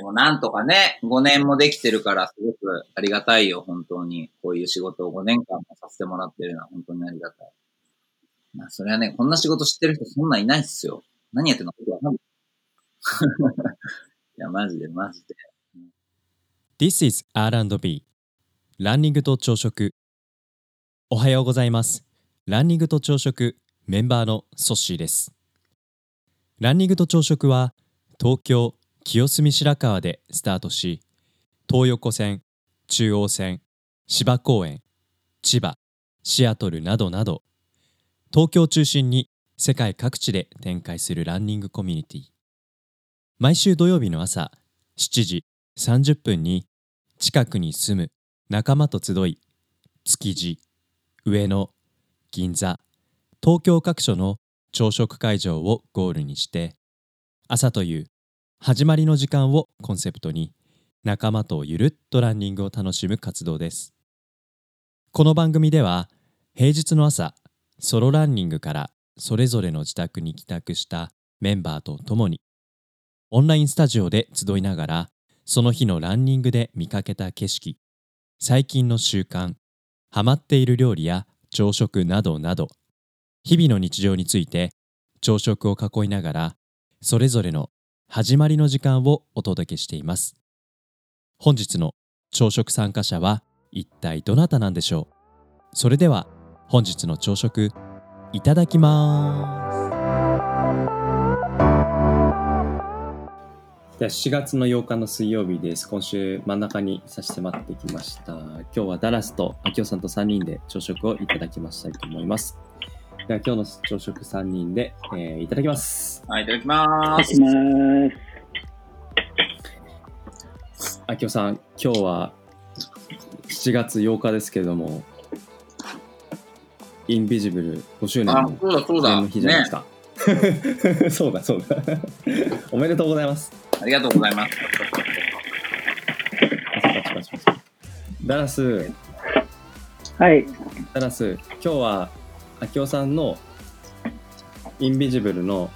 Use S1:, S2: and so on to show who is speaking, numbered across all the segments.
S1: もなんとかね、5年もできてるからすごくありがたいよ、本当に。こういう仕事を5年間もさせてもらってるのは本当にありがたい。まあ、それはね、こんな仕事知ってる人そんなんいないっすよ。何やってんのかわかんない。いや、マジで。
S2: This is R&B ランニングと朝食。おはようございます。ランニングと朝食メンバーのソッシーです。ランニングと朝食は東京清澄白河でスタートし、東横線、中央線、芝公園、千葉、シアトルなどなど東京を中心に世界各地で展開するランニングコミュニティ。毎週土曜日の朝7時30分に近くに住む仲間と集い、築地、上野、銀座、東京各所の朝食会場をゴールにして、朝という始まりの時間をコンセプトに仲間とゆるっとランニングを楽しむ活動です。この番組では平日の朝、ソロランニングからそれぞれの自宅に帰宅したメンバーと共にオンラインスタジオで集いながら、その日のランニングで見かけた景色、最近の習慣、ハマっている料理や朝食などなど、日々の日常について朝食を囲いながら、それぞれの始まりの時間をお届けしています。本日の朝食参加者は一体どなたなんでしょう。それでは本日の朝食いただきます。では7月の8日の水曜日です。今週真ん中に差し迫ってきました。今日はダラスと秋夫さんと3人で朝食をいただきましたいと思います。では今日の朝食3人で、いただきます。
S1: はい、いただきます。
S2: 秋夫さん、今日は7月8日ですけれども、インビジブル5周年の記念の日じゃないですか。そうだおめでとうございます。
S1: ありがとうございます。
S2: ダラス、
S3: はい。
S2: ダラス、今日は秋夫さんのインビジブルの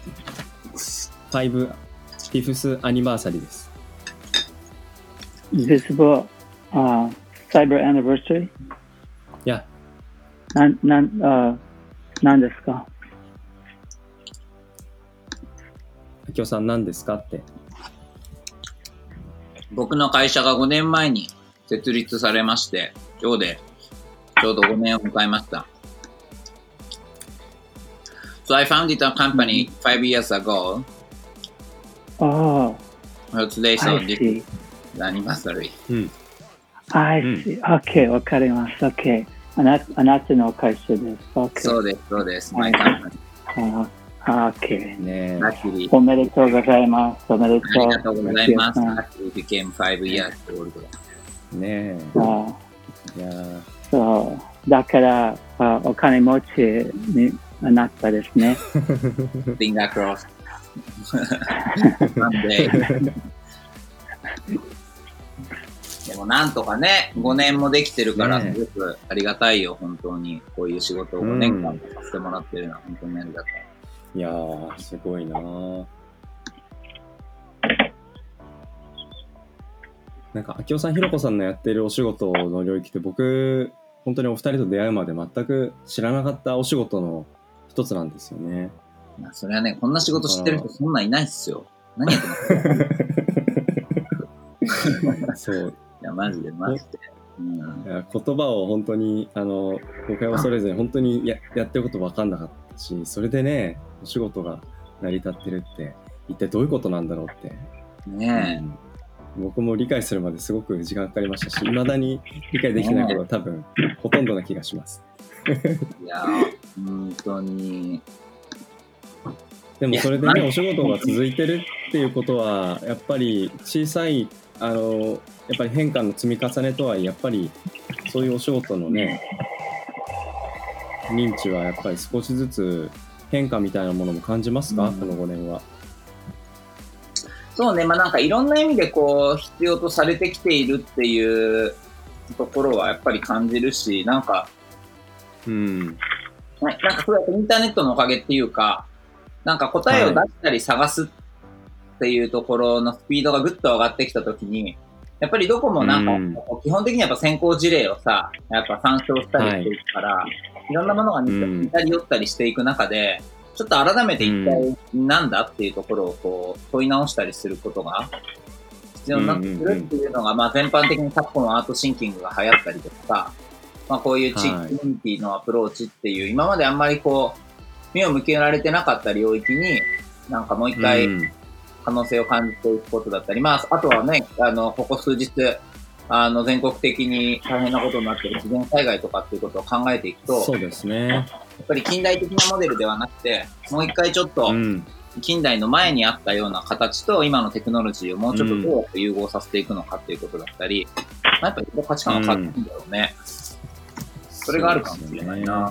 S2: 5thアニバーサリーです。
S3: Visible Cyber Anniversary?
S2: いや。
S3: 何ですか？
S2: 秋夫さん何ですかって。
S1: 僕の会社が5年前に設立されまして、今日でちょうど5年を迎えました。So I founded a company 5 years ago.
S3: Oh,
S1: Today's
S3: I
S1: on
S3: see.
S1: the anniversary.
S3: I see. Okay, わかります。Okay. あなたの会社です。Okay.
S1: そうです。My company.
S3: Okay.
S2: ね、
S3: おめでとうございます。おめでとう。
S1: ありがとうございます。Actually became 5 years old.
S2: ねえ。いや
S3: そう。だからお金持ちになったですね。
S1: Finger crossed. One day. でもなんとかね、5年もできてるからすごくありがたいよ、本当に。こういう仕事を5年間もさせてもらってるのは本当にありがたい。
S2: いやー、すごいなー。なんか秋夫さん、ひろこさんのやってるお仕事の領域って僕本当にお二人と出会うまで全く知らなかったお仕事の一つなんですよね。
S1: それはね、こんな仕事知ってる人そんなんいないっすよ。何やってますそう。いや、マジで。い
S2: や言葉を本当に誤解を恐れずに本当に やってること分かんなかったし、それでね、お仕事が成り立ってるって一体どういうことなんだろうって
S1: ね
S2: 僕も理解するまですごく時間かかりましたし、未だに理解できないことは多分ほとんどな気がします。
S1: いや本当に。
S2: でもそれでね、お仕事が続いてるっていうことはやっぱり小さいやっぱり変化の積み重ねとはいえ、やっぱりそういうお仕事のね認知はやっぱり少しずつ変化みたいなものも感じますか、この5年は。
S1: そうね、なんかいろんな意味でこう必要とされてきているっていうところはやっぱり感じるし、なんかなんかそれはインターネットのおかげっていうか、なんか答えを出したり探すっていうところのスピードがぐっと上がってきたときに、やっぱりどこもなんか、基本的にやっぱ先行事例をさ、やっぱ参照したりしていくから、いろんなものが似たり寄ったりしていく中で、ちょっと改めて一体なんだっていうところをこう問い直したりすることが必要になってくるっていうのが、まあ全般的に昨今のアートシンキングが流行ったりとか、まあこういう地域コミュニティのアプローチっていう、今まであんまりこう、目を向けられてなかった領域に、なんかもう一回可能性を感じていくことだったり、まああとはね、ここ数日、全国的に大変なことになっている自然災害とかっていうことを考えていくと、
S2: そうですね。
S1: やっぱり近代的なモデルではなくて、もう一回ちょっと、近代の前にあったような形と今のテクノロジーをもうちょっとどうやって融合させていくのかっていうことだったり、やっぱり価値観が変わってくるんだろうね。それがあるかもしれないな。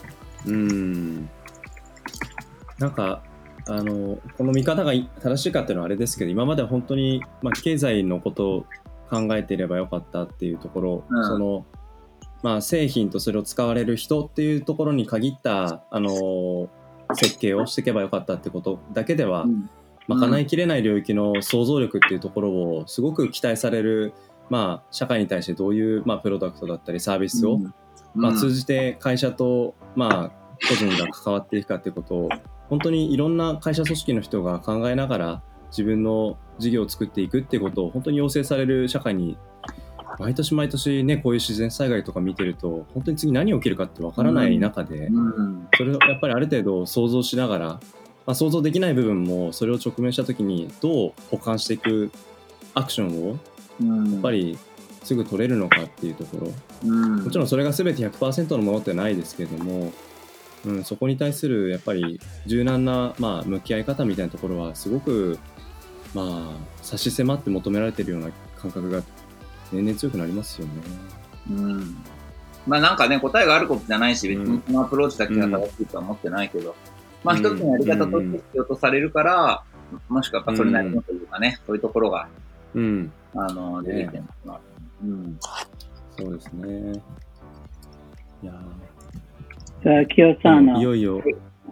S2: なんか、この見方が正しいかっていうのはあれですけど、今までは本当に、まあ、経済のことを考えていればよかったっていうところ、まあ、製品とそれを使われる人っていうところに限った、設計をしていけばよかったってことだけでは、賄いきれない領域の想像力っていうところをすごく期待される、まあ、社会に対してどういう、まあ、プロダクトだったりサービスを、まあ、通じて会社と、まあ、個人が関わっていくかっていうことを本当にいろんな会社組織の人が考えながら自分の事業を作っていくっていうことを本当に要請される社会に毎年毎年ね、こういう自然災害とか見てると本当に次何起きるかってわからない中で、それをやっぱりある程度想像しながら、まあ、想像できない部分もそれを直面した時にどう補完していくアクションをやっぱりすぐ取れるのかっていうところ、もちろんそれが全て 100% のものってないですけれども、そこに対するやっぱり柔軟な、まあ、向き合い方みたいなところはすごく、まあ、差し迫って求められているような感覚が年々強くなりますよね。
S1: まあなんかね、答えがあることじゃないし、別にそのアプローチだけが正しいとは思ってないけど、まあ一つのやり方として必要とされるから、もしくはやっぱそれなりのというかね、そういうところが、出てきてるのかな。
S2: そうですね。いや
S3: じゃあ、清さん
S2: いよいよ、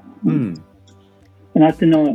S3: 夏の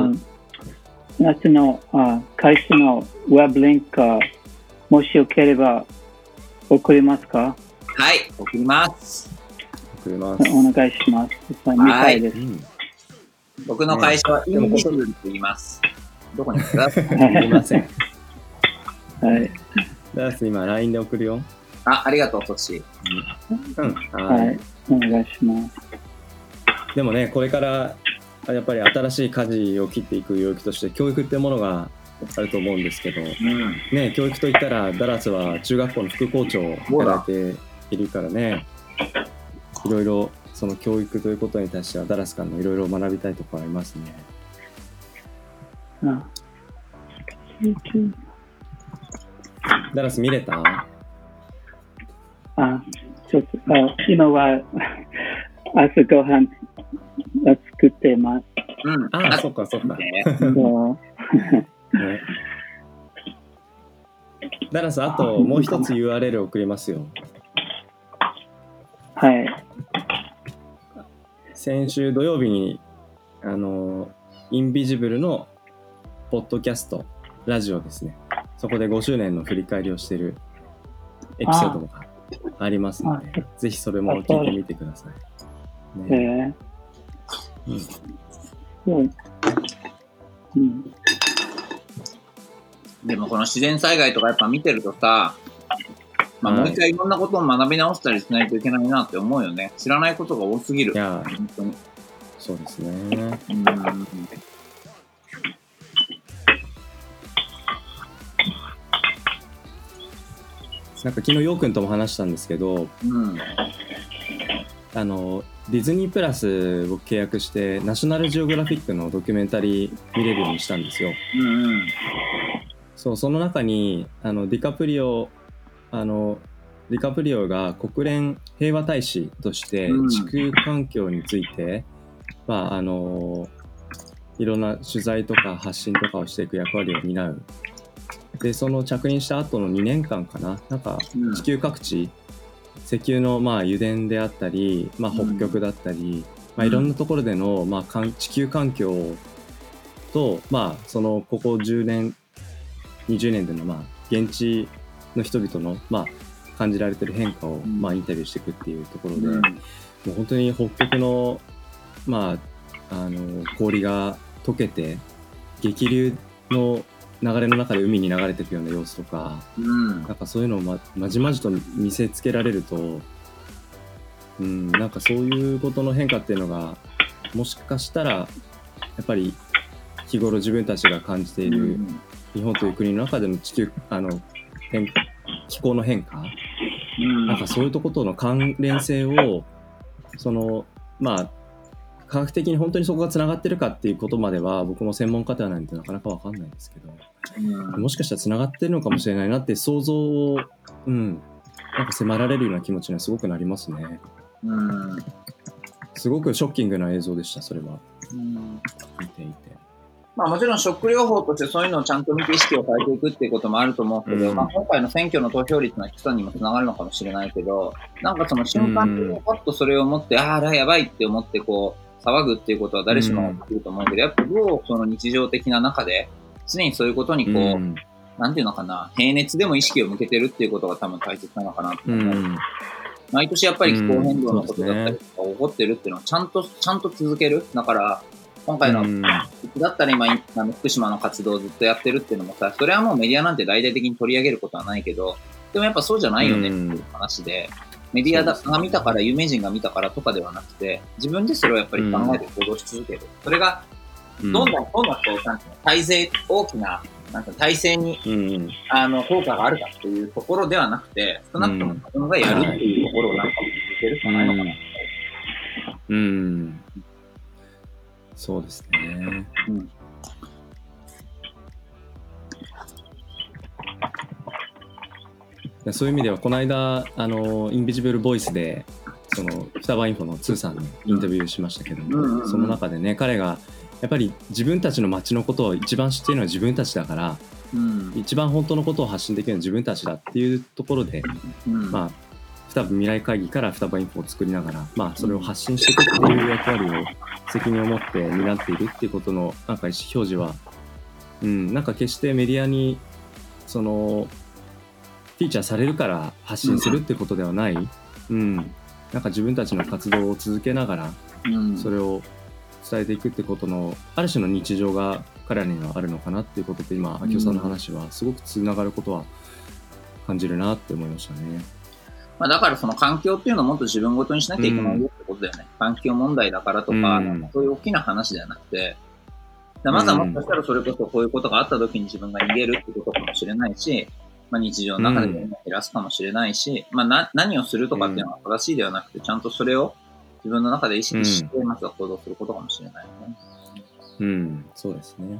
S3: 会社のウェブリンク、もしよければ送りますか？
S1: はい、送ります。
S3: お願いします。見たいです。
S1: 僕の会社はインビジブルと言います。どこに行くか？すみ
S2: ません。
S3: はい。
S2: ダース今 LINE で送るよ。
S1: ありがとう、トシ。
S3: はい、お願いします。
S2: でもね、これからやっぱり新しい舵を切っていく領域として教育ってものがあると思うんですけど、ね、教育といったらダラスは中学校の副校長をやられているからね、いろいろその教育ということに対してはダラスからもいろいろ学びたいところありますね。ダラス見れた？
S3: ちょっと今は朝ごはん作ってます。
S2: そっか。ダラス、あともう一つ URL 送りますよ。
S3: はい。
S2: 先週土曜日にインビジブルのポッドキャストラジオですね。そこで5周年の振り返りをしているエピソードがありますので、ぜひそれも聞いてみてください。
S1: でもこの自然災害とかやっぱ見てるとさ、もう一回いろんなことを学び直したりしないといけないなって思うよね。知らないことが多すぎる。
S2: いや、
S1: 本当に。
S2: そうですね。なんか昨日ヨウくんとも話したんですけど、ディズニープラスを契約してナショナルジオグラフィックのドキュメンタリー見れるようにしたんですよ。その中にディカプリオが国連平和大使として地球環境について、いろんな取材とか発信とかをしていく役割を担う。でその着任した後の2年間かな、なんか地球各地、石油の油田であったり、北極だったり、いろんなところでの、地球環境と、まあ、そのここ10年20年での、まあ、現地の人々の、まあ、感じられてる変化を、まあ、インタビューしていくっていうところで、もう本当に北極の、まあ、氷が溶けて激流の流れの中で海に流れていくような様子とか、なんかそういうのをまじまじと見せつけられると、なんかそういうことの変化っていうのがもしかしたらやっぱり日頃自分たちが感じている日本という国の中での気候の変化、なんかそういうところとの関連性をまあ科学的に本当にそこがつながってるかっていうことまでは僕も専門家ではないのでなかなか分かんないんですけど、もしかしたらつながってるのかもしれないなって想像を、なんか迫られるような気持ちにはすごくなりますね。すごくショッキングな映像でした、それは。見ていて。
S1: まあもちろんショック療法としてそういうのをちゃんと見て意識を変えていくっていうこともあると思うけど、まあ今回の選挙の投票率の低さにもつながるのかもしれないけど、なんかその瞬間的にパッとそれを持って、あらやばいって思ってこう騒ぐっていうことは誰しもができると思うけど、やっぱどうその日常的な中で常にそういうことにこう、なんていうのかな、平熱でも意識を向けてるっていうことが多分大切なのかなと思う。毎年やっぱり気候変動のことだったりとか起こってるっていうのをちゃんと続ける。だから今回のだったら今福島の活動をずっとやってるっていうのもさ、それはもうメディアなんて大々的に取り上げることはないけど、でもやっぱそうじゃないよねっていう話で、メディアが見たから、有名人が見たからとかではなくて、自分でそれをやっぱり考えて行動し続ける。それがどんどんこう体制、大きな体制に、効果があるかっていうところではなくて、少なくとも自分がやるっていうところをなんか続けるしかないのかな。
S2: そうですね。そういう意味ではこの間インビジブルボイスでその双葉インフォのツーさんにインタビューしましたけども、その中でね、彼がやっぱり自分たちの街のことを一番知っているのは自分たちだから、一番本当のことを発信できるのは自分たちだっていうところで、まあ双葉未来会議から双葉インフォを作りながら、まあそれを発信していくっていう役割を責任を持って担っているっていうことのなんか意思表示は、なんか決してメディアにそのフィーチャーされるから発信するってことではない、なんか自分たちの活動を続けながら、それを伝えていくってことのある種の日常が彼らにはあるのかなっていうことで、今秋夫さんの話はすごくつながることは感じるなって思いましたね。
S1: まあだからその環境っていうのをもっと自分ごとにしなきゃいけないよってことだよね。環境問題だからとか、そういう大きな話ではなくて、まずはもしかしたらそれこそこういうことがあった時に自分が逃げるってことかもしれないし、まあ、日常の中で減らすかもしれないし、まあ何をするとかっていうのは正しいではなくて、ちゃんとそれを自分の中で意識して、まずは行動することかもしれないよね。
S2: そうですね。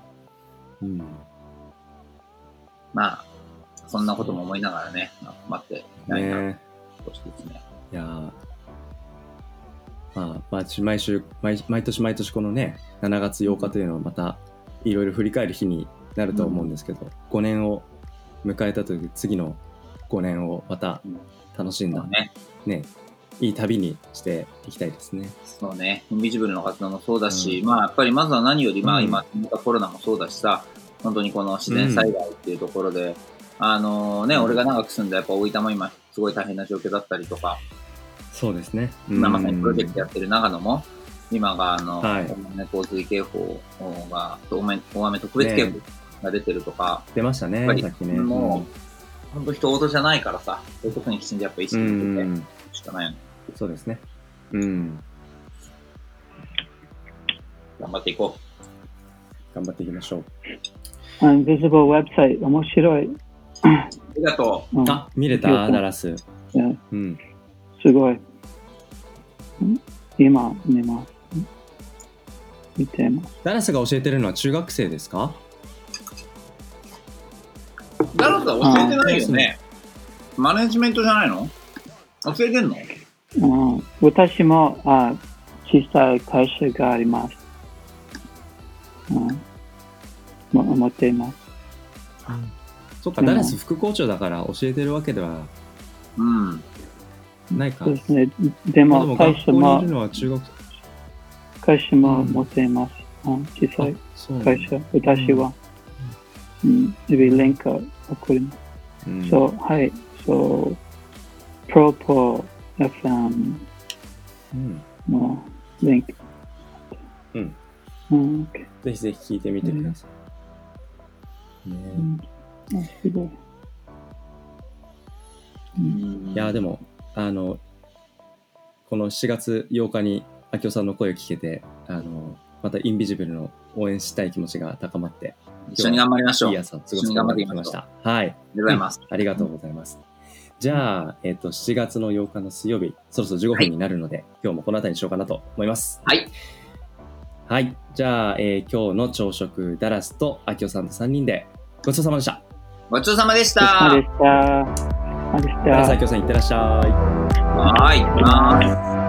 S1: まあ、そんなことも思いながらね、待ってないな、少しですね。
S2: いやまあ、毎年このね、7月8日というのはまたいろいろ振り返る日になると思うんですけど、5年を迎えたという次の5年をまた楽しんだ、ね、いい旅にしていきたいですね。
S1: そうね、インビジブルの活動もそうだし、まあやっぱりまずは何より、まあ今、コロナもそうだしさ、本当にこの自然災害っていうところで、俺が長く住んだやっぱ大分も今すごい大変な状況だったりとか、
S2: そうですね。
S1: 今まさにプロジェクトやってる長野も、今が大雨洪水警報が、大雨特別警報が出てるとか、
S2: 出ましたね、さっきね。
S1: もう、本当人事じゃないからさ、そういうことにきちんとやっぱ意識向けていくしかないよね。
S2: そうですね。
S1: 頑張っていこ
S2: う。頑張っていきましょう。
S3: Invisible website、面白い。
S1: ありがとう。
S2: 見れたダラス。
S3: すごい。今、見ます。見てます。
S2: ダラスが教えてるのは中学生ですか？
S1: ダラスは教えてないよね。マネジメントじゃないの？教えてんの？
S3: 私も小さい会社があります。持っています。
S2: そっか、ダラス副校長だから教えてるわけではないか。
S3: そうですね。でも会社も
S2: いるのは中学
S3: 会社も持っています。 小さい
S2: そうなんだ
S3: 会社、私は。指リンク送ります。そう、はい。そう、プロポ FM のリンク。
S2: ぜひぜひ聞いてみてください。
S3: すごい。
S2: いや、でも、この7月8日に明夫さんの声を聞けて、またインビジブルの応援したい気持ちが高まって、
S1: 一緒に頑張りましょう。
S2: いい朝を過ごすことができました。はい。
S1: ありがとうございます。
S2: ありがとうございます。じゃあ、7月の8日の水曜日、そろそろ15分になるので、今日もこの辺りにしようかなと思います。
S1: はい。
S2: はい。じゃあ、今日の朝食、ダラスと明夫さんと3人でごちそうさまでした。
S1: ごちそうさまでした。
S3: ダラス明夫さんいってらっしゃい。
S1: はい、行きます。